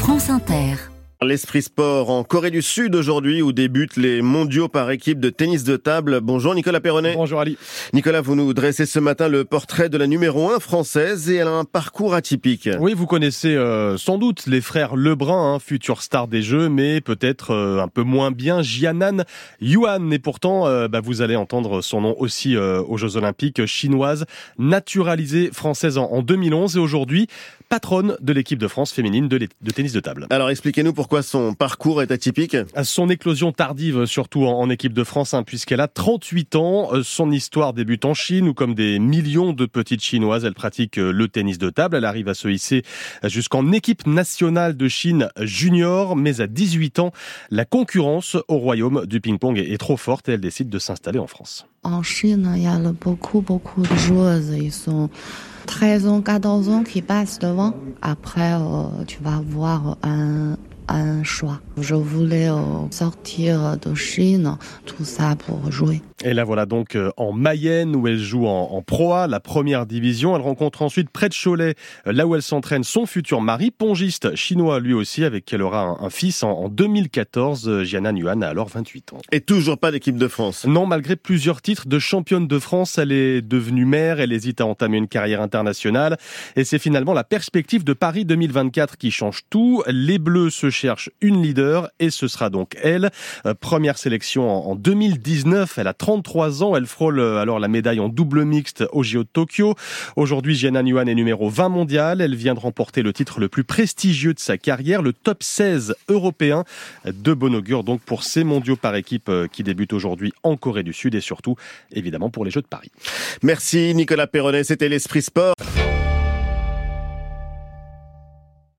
France Inter. L'esprit sport en Corée du Sud aujourd'hui où débutent les mondiaux par équipe de tennis de table. Bonjour Nicolas Perronnet. Bonjour Ali. Nicolas, vous nous dressez ce matin le portrait de la numéro 1 française et elle a un parcours atypique. Oui, vous connaissez sans doute les frères Lebrun, futurs stars des Jeux, mais peut-être un peu moins bien Jianan Yuan. Et pourtant, vous allez entendre son nom aussi aux Jeux Olympiques, chinoise, naturalisée française en 2011 et aujourd'hui patronne de l'équipe de France féminine de tennis de table. Alors expliquez-nous pourquoi son parcours est atypique. Son éclosion tardive, surtout en équipe de France, puisqu'elle a 38 ans. Son histoire débute en Chine, où comme des millions de petites Chinoises, elle pratique le tennis de table. Elle arrive à se hisser jusqu'en équipe nationale de Chine junior, mais à 18 ans, la concurrence au royaume du ping-pong est trop forte et elle décide de s'installer en France. En Chine, il y a beaucoup de joueuses. Ils sont 13 ans, 14 ans qui passent devant. Après, tu vas avoir un choix. Je voulais sortir de Chine, tout ça pour jouer. Et là voilà donc en Mayenne où elle joue en Pro A, la première division. Elle rencontre ensuite près de Cholet, là où elle s'entraîne, son futur mari, pongiste chinois lui aussi, avec qui elle aura un fils en 2014. Jianan Yuan a alors 28 ans. Et toujours pas d'équipe de France. Non, malgré plusieurs titres de championne de France, elle est devenue mère, elle hésite à entamer une carrière internationale. Et c'est finalement la perspective de Paris 2024 qui change tout. Les Bleus se cherchent une leader et ce sera donc elle. Première sélection en 2019, elle a 33 ans, elle frôle alors la médaille en double mixte au JO de Tokyo. Aujourd'hui, Jianan Yuan est numéro 20 mondial. Elle vient de remporter le titre le plus prestigieux de sa carrière, le top 16 européen. De bon augure donc pour ces mondiaux par équipe qui débutent aujourd'hui en Corée du Sud et surtout, évidemment, pour les Jeux de Paris. Merci Nicolas Perronnet, c'était l'Esprit Sport.